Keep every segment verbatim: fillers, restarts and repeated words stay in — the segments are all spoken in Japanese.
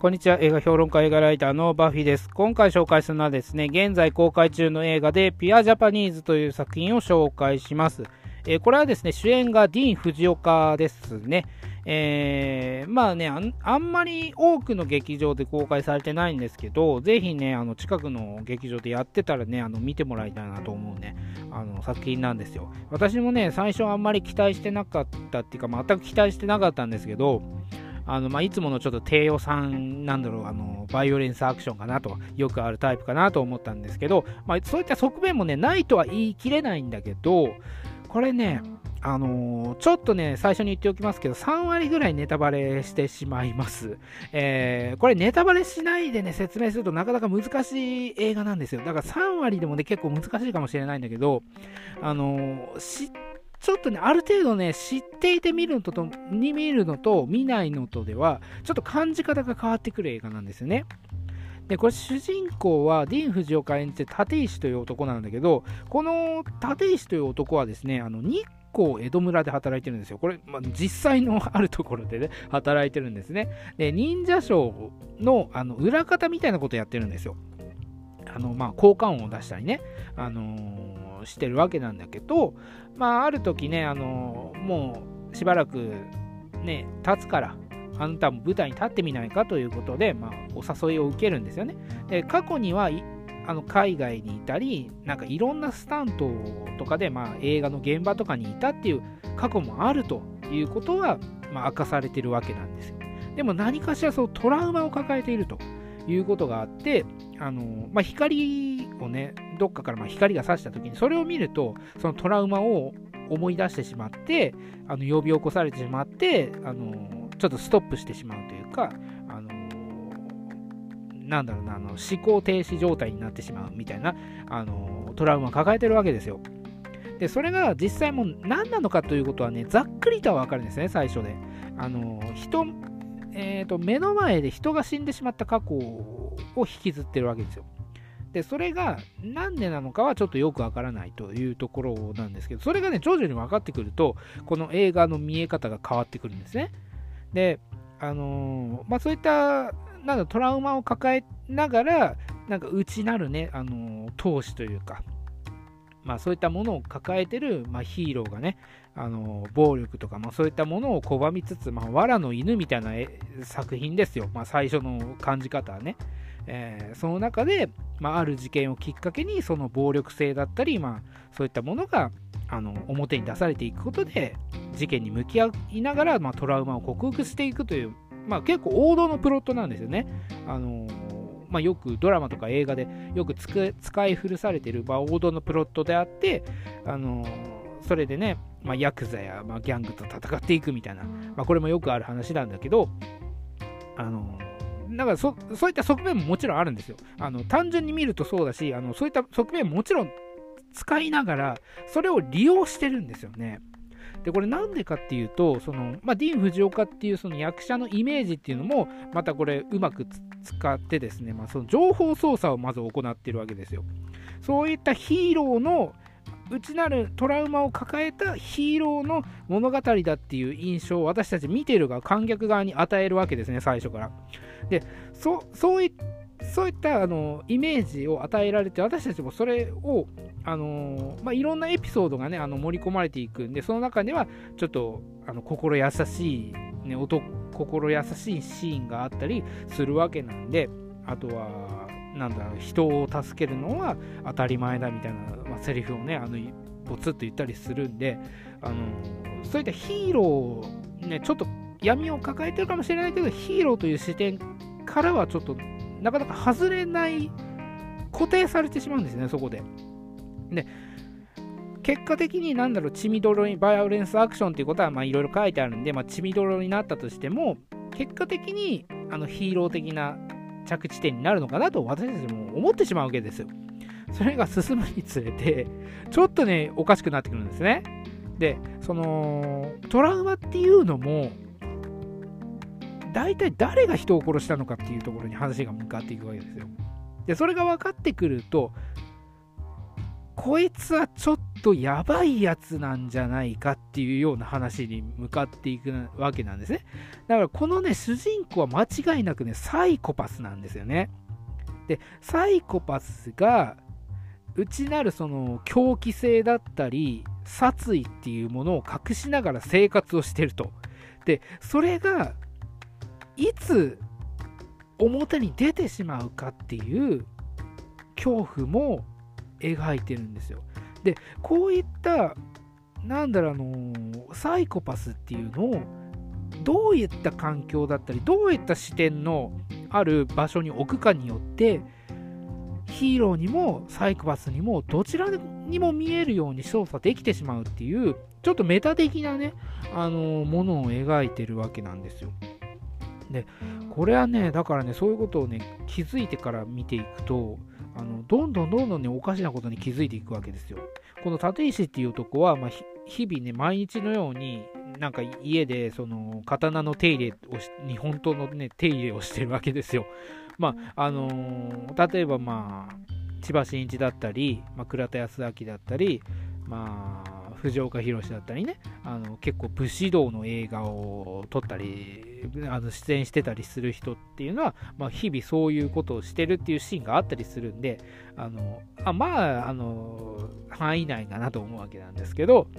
こんにちは。映画評論家、映画ライターのバフィです。今回紹介するのはですね、現在公開中の映画でピュアジャパニーズという作品を紹介します。えー、これはですね、主演がディーン・フジオカですね。えー、まあねあん、あんまり多くの劇場で公開されてないんですけど、ぜひね、あの近くの劇場でやってたらね、あの見てもらいたいなと思うね、あの作品なんですよ。私もね、最初あんまり期待してなかったっていうか、全く期待してなかったんですけど、あのまあ、いつものちょっと低予算なんだろうあのバイオレンスアクションかなと、よくあるタイプかなと思ったんですけど、まあ、そういった側面もねないとは言い切れないんだけど、これねあのー、ちょっとね最初に言っておきますけど、さんわりぐらいネタバレしてしまいます。えー、これネタバレしないでね説明するとなかなか難しい映画なんですよ。だからさんわりでもね結構難しいかもしれないんだけど、あのー、知ってちょっとね、ある程度ね、知っていて見るのと、に見るのと、見ないのとでは、ちょっと感じ方が変わってくる映画なんですよね。で、これ主人公はディーン・フジオカ演じて立石という男なんだけど、この立石という男はですね、あの日光江戸村で働いてるんですよ。これ、まあ、実際のあるところでね、働いてるんですね。で、忍者ショーの、あの裏方みたいなことをやってるんですよ。あの、まあ、効果音を出したりね。あのーしてるわけなんだけど、まあある時ね、あのー、もうしばらくね経つからあなたも舞台に立ってみないかということで、まあ、お誘いを受けるんですよね。で過去にはあの海外にいたり、なんかいろんなスタントとかで、まあ、映画の現場とかにいたっていう過去もあるということは、まあ、明かされてるわけなんですよ。でも何かしらそのトラウマを抱えているということがあって、あのまあ、光をねどっかからまあ光が差した時にそれを見るとそのトラウマを思い出してしまって、あの呼び起こされてしまって、あのちょっとストップしてしまうというか、あのなんだろうなあの思考停止状態になってしまうみたいな、あのトラウマを抱えてるわけですよ。でそれが実際もう何なのかということはねざっくりとは分かるんですね、最初で。あの人えーと、目の前で人が死んでしまった過去を引きずってるわけですよ。で、それがなんでなのかはちょっとよくわからないというところなんですけど、それがね、徐々に分かってくると、この映画の見え方が変わってくるんですね。で、あのー、まあそういった、なんだ、トラウマを抱えながら、なんか内なるね、あのー、闘志というか、まあ、そういったものを抱えてる、まあ、ヒーローがね、あの暴力とか、まあ、そういったものを拒みつつ、まあ、藁の犬みたいな作品ですよ、まあ、最初の感じ方はね。えー、その中で、まあ、ある事件をきっかけにその暴力性だったり、まあ、そういったものがあの表に出されていくことで事件に向き合いながら、まあ、トラウマを克服していくという、まあ、結構王道のプロットなんですよね。あのまあ、よくドラマとか映画でよく使い古されている、まあ、王道のプロットであって、あのー、それでね、まあ、ヤクザや、まあ、ギャングと戦っていくみたいな、まあ、これもよくある話なんだけど、あのー、だから そ, そういった側面ももちろんあるんですよ。あの単純に見るとそうだし、あのそういった側面ももちろん使いながらそれを利用してるんですよね。でこれなんでかっていうと、その、まあ、ディーン・フジオカっていうその役者のイメージっていうのもまたこれうまく使ってですね、まあ、その情報操作をまず行っているわけですよ。そういったヒーローの内なるトラウマを抱えたヒーローの物語だっていう印象を私たち見ている側、観客側に与えるわけですね、最初から。で そ, そういそういったあのイメージを与えられて、私たちもそれをあのーまあ、いろんなエピソードがねあの盛り込まれていくんで、その中ではちょっとあの心優しい、ね、音心優しいシーンがあったりするわけなんで、あとはなんだろう、人を助けるのは当たり前だみたいな、まあ、セリフをねあのポツッと言ったりするんで、あのー、そういったヒーローね、ちょっと闇を抱えてるかもしれないけど、ヒーローという視点からはちょっとなかなか外れない、固定されてしまうんですね、そこで。で結果的に何だろう、血みどろにバイオレンスアクションということはいろいろ書いてあるんで、まあ、血みどろになったとしても結果的にあのヒーロー的な着地点になるのかなと私たちも思ってしまうわけですよ。それが進むにつれてちょっとねおかしくなってくるんですね。でそのトラウマっていうのも大体誰が人を殺したのかっていうところに話が向かっていくわけですよ。でそれが分かってくると、 こいつはちょっとやばいやつなんじゃないかっていうような話に向かっていくわけなんですね。だからこのね、主人公は間違いなくね、サイコパスなんですよね。で、サイコパスが内なるその狂気性だったり殺意っていうものを隠しながら生活をしてると。で、それがいつ表に出てしまうかっていう恐怖も描いてるんですよ。で、こういったなんだろう、あのサイコパスっていうのをどういった環境だったりどういった視点のある場所に置くかによってヒーローにもサイコパスにもどちらにも見えるように操作できてしまうっていうちょっとメタ的なね、あのものを描いてるわけなんですよ。で、これはね、だからね、そういうことをね、気づいてから見ていくと、あのどんどんどんどんね、おかしなことに気づいていくわけですよ。この立石っていう男は、まあ、日々ね、毎日のように、なんか家でその刀の手入れをし、日本刀のね、手入れをしてるわけですよ。まあ、あのー、例えばまあ、千葉真一だったり、まあ、倉田康明だったり、まあ、藤岡弘だったりね、あの結構武士道の映画を撮ったりあの出演してたりする人っていうのは、まあ、日々そういうことをしてるっていうシーンがあったりするんで、あのあまああの範囲内かなと思うわけなんですけど、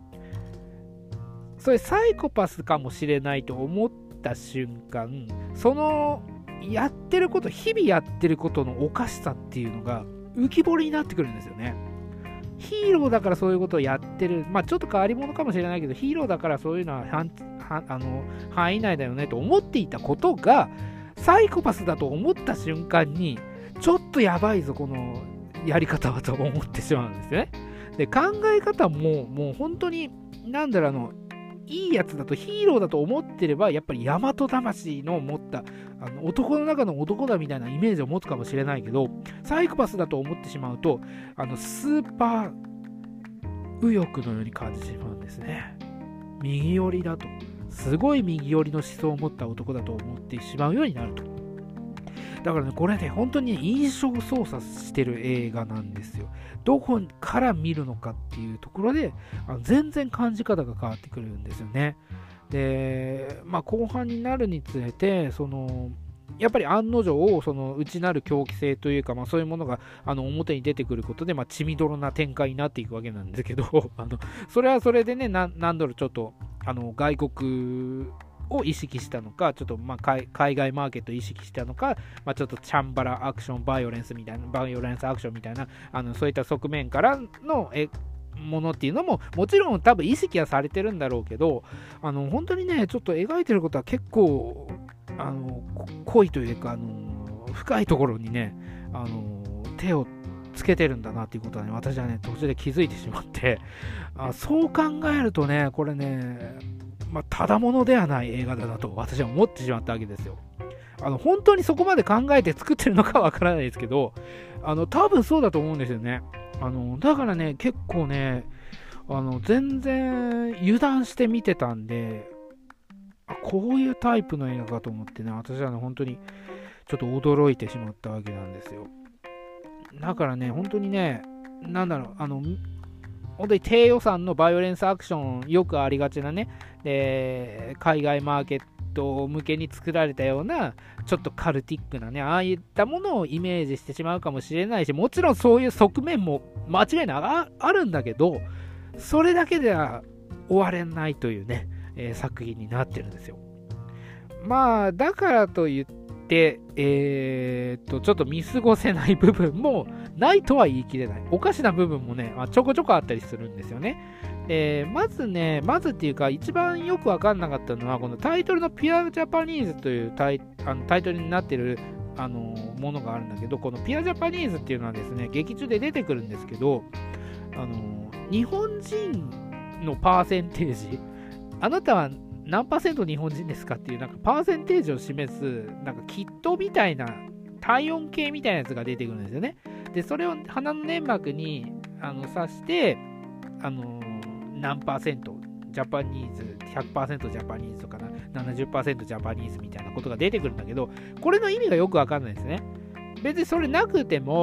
それサイコパスかもしれないと思った瞬間、そのやってること日々やってることのおかしさっていうのが浮き彫りになってくるんですよね。ヒーローだからそういうことをやってる、まあちょっと変わり者かもしれないけど、ヒーローだからそういうのはあの範囲内だよねと思っていたことがサイコパスだと思った瞬間にちょっとやばいぞこのやり方はと思ってしまうんですよね。で、考え方ももう本当になんだろう、あのいいやつだとヒーローだと思ってればやっぱり大和魂の持ったあの男の中の男だみたいなイメージを持つかもしれないけど、サイコパスだと思ってしまうとあのスーパー右翼のように感じてしまうんですね。右寄りだと、すごい右寄りの思想を持った男だと思ってしまうようになると。だからね、これね、本当に印象操作してる映画なんですよ。どこから見るのかっていうところで、あの全然感じ方が変わってくるんですよね。で、まあ、後半になるにつれて、その、やっぱり案の定、その内なる狂気性というか、まあ、そういうものがあの表に出てくることで、まあ、血みどろな展開になっていくわけなんですけど、あのそれはそれでね、何度もちょっとあの外国を意識したのか、ちょっとまあ 海, 海外マーケットを意識したのか、まあ、ちょっとチャンバラアクションバイオレンスみたいなバイオレンスアクションみたいなあのそういった側面からのえものっていうのももちろん多分意識はされてるんだろうけど、あの本当にねちょっと描いてることは結構あの濃いというかあの深いところにねあの手をつけてるんだなっていうことはね、私はね途中で気づいてしまって、あそう考えるとねこれねまあ、ただものではない映画だなと私は思ってしまったわけですよ。あの本当にそこまで考えて作ってるのかわからないですけど、あの多分そうだと思うんですよね。あのだからね結構ねあの全然油断して見てたんで、あこういうタイプの映画かと思ってね、私はね本当にちょっと驚いてしまったわけなんですよ。だからね本当にねなんだろうあの本当に低予算のバイオレンスアクションよくありがちなね、で海外マーケット向けに作られたようなちょっとカルティックなねああいったものをイメージしてしまうかもしれないし、もちろんそういう側面も間違いなくあるんだけど、それだけでは終われないというね、えー、作品になってるんですよ。まあだからといってえー、っとちょっと見過ごせない部分もないとは言い切れない。おかしな部分もね、まあ、ちょこちょこあったりするんですよね。でまずね、まずっていうか一番よく分かんなかったのはこのタイトルのピュアジャパニーズというタイ、あのタイトルになってるあのものがあるんだけど、このピュアジャパニーズっていうのはですね劇中で出てくるんですけど、あの日本人のパーセンテージ、あなたは何パーセント日本人ですかっていうなんかパーセンテージを示すなんかキットみたいな体温計みたいなやつが出てくるんですよね。でそれを鼻の粘膜にあの刺してあの何パーセントジャパニーズ ひゃくパーセント ジャパニーズとかな ななじゅっパーセント ジャパニーズみたいなことが出てくるんだけど、これの意味がよくわかんないですね。別にそれなくても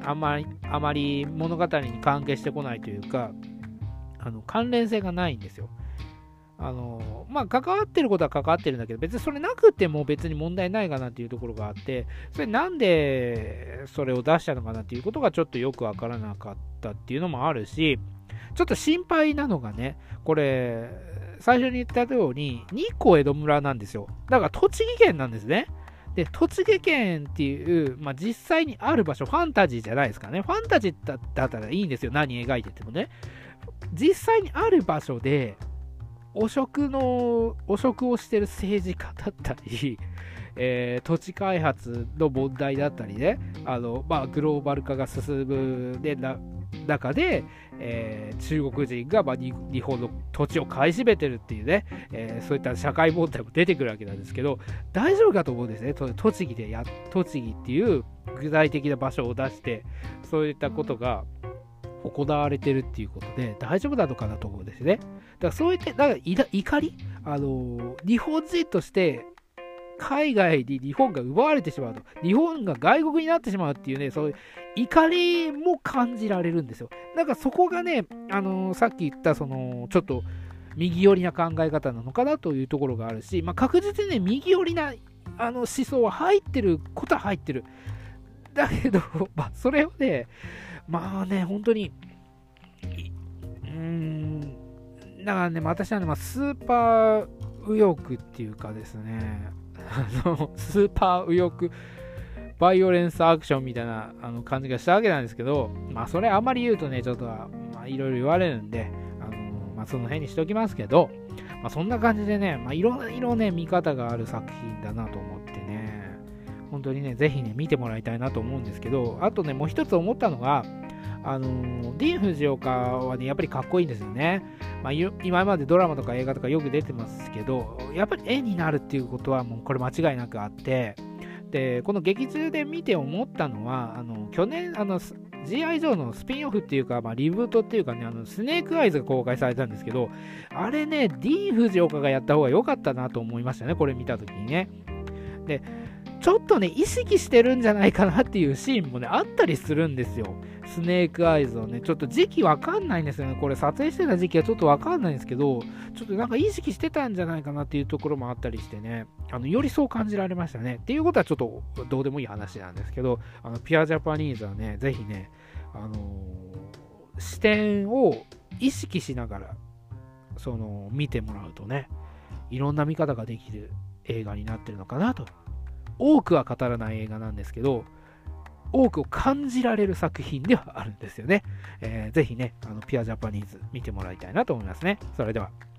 あんまり、あまり物語に関係してこないというか、あの関連性がないんですよ。あのまあ、関わってることは関わってるんだけど、別にそれなくても別に問題ないかなっていうところがあって、それなんでそれを出したのかなっていうことがちょっとよくわからなかったっていうのもあるし、ちょっと心配なのがね、これ、最初に言ったように、日光江戸村なんですよ。だから栃木県なんですね。で、栃木県っていう、まあ、実際にある場所、ファンタジーじゃないですかね。ファンタジーだったらいいんですよ。何描いててもね。実際にある場所で、汚職の、汚職をしてる政治家だったり、えー、土地開発の問題だったりね、あの、まあ、グローバル化が進む、で、な、中で、えー、中国人が、まあ、日本の土地を買い占めてるっていうね、えー、そういった社会問題も出てくるわけなんですけど、大丈夫かと思うんですね。栃木でや、栃木っていう具体的な場所を出して、そういったことが行われてるっていうことで、大丈夫なのかなと思うんですね。だからそういった、だから怒り、あのー、日本人として海外に日本が奪われてしまうと、日本が外国になってしまうっていうね、そういう怒りも感じられるんですよ。だからそこがね、あのー、さっき言ったそのちょっと右寄りな考え方なのかなというところがあるし、まあ、確実にね、右寄りなあの思想は入ってることは入ってる。だけど、まあ、それをね、まあね、本当に、うーん、だからね、私はね、まあ、スーパー右翼っていうかですね、あのスーパー右翼バイオレンスアクションみたいなあの感じがしたわけなんですけど、まあそれあんまり言うとね、ちょっといろいろ言われるんで、あのまあ、その辺にしておきますけど、まあ、そんな感じでね、まあ、いろいろね、見方がある作品だなと思ってね、本当にね、ぜひね、見てもらいたいなと思うんですけど、あとね、もう一つ思ったのが、あのー、ディーン・フジオカはね、やっぱりかっこいいんですよね。まあ、今までドラマとか映画とかよく出てますけど、やっぱり絵になるっていうことはもうこれ間違いなくあって、で、この劇中で見て思ったのは、あの去年、あの ジーアイ ジョーのスピンオフっていうか、まあ、リブートっていうかね、あのスネークアイズが公開されたんですけど、あれね、ディーン・フジオカがやった方が良かったなと思いましたね、これ見たときにね。で、ちょっとね、意識してるんじゃないかなっていうシーンもね、あったりするんですよ。スネークアイズをね、ちょっと時期わかんないんですよね。これ撮影してた時期はちょっとわかんないんですけど、ちょっとなんか意識してたんじゃないかなっていうところもあったりしてね、あのよりそう感じられましたね。っていうことはちょっとどうでもいい話なんですけど、あのピュアジャパニーズはね、ぜひね、あのー、視点を意識しながら、その、見てもらうとね、いろんな見方ができる映画になってるのかなと。多くは語らない映画なんですけど、多くを感じられる作品ではあるんですよね。えー、ぜひね、あのピュアジャパニーズ見てもらいたいなと思いますね。それでは。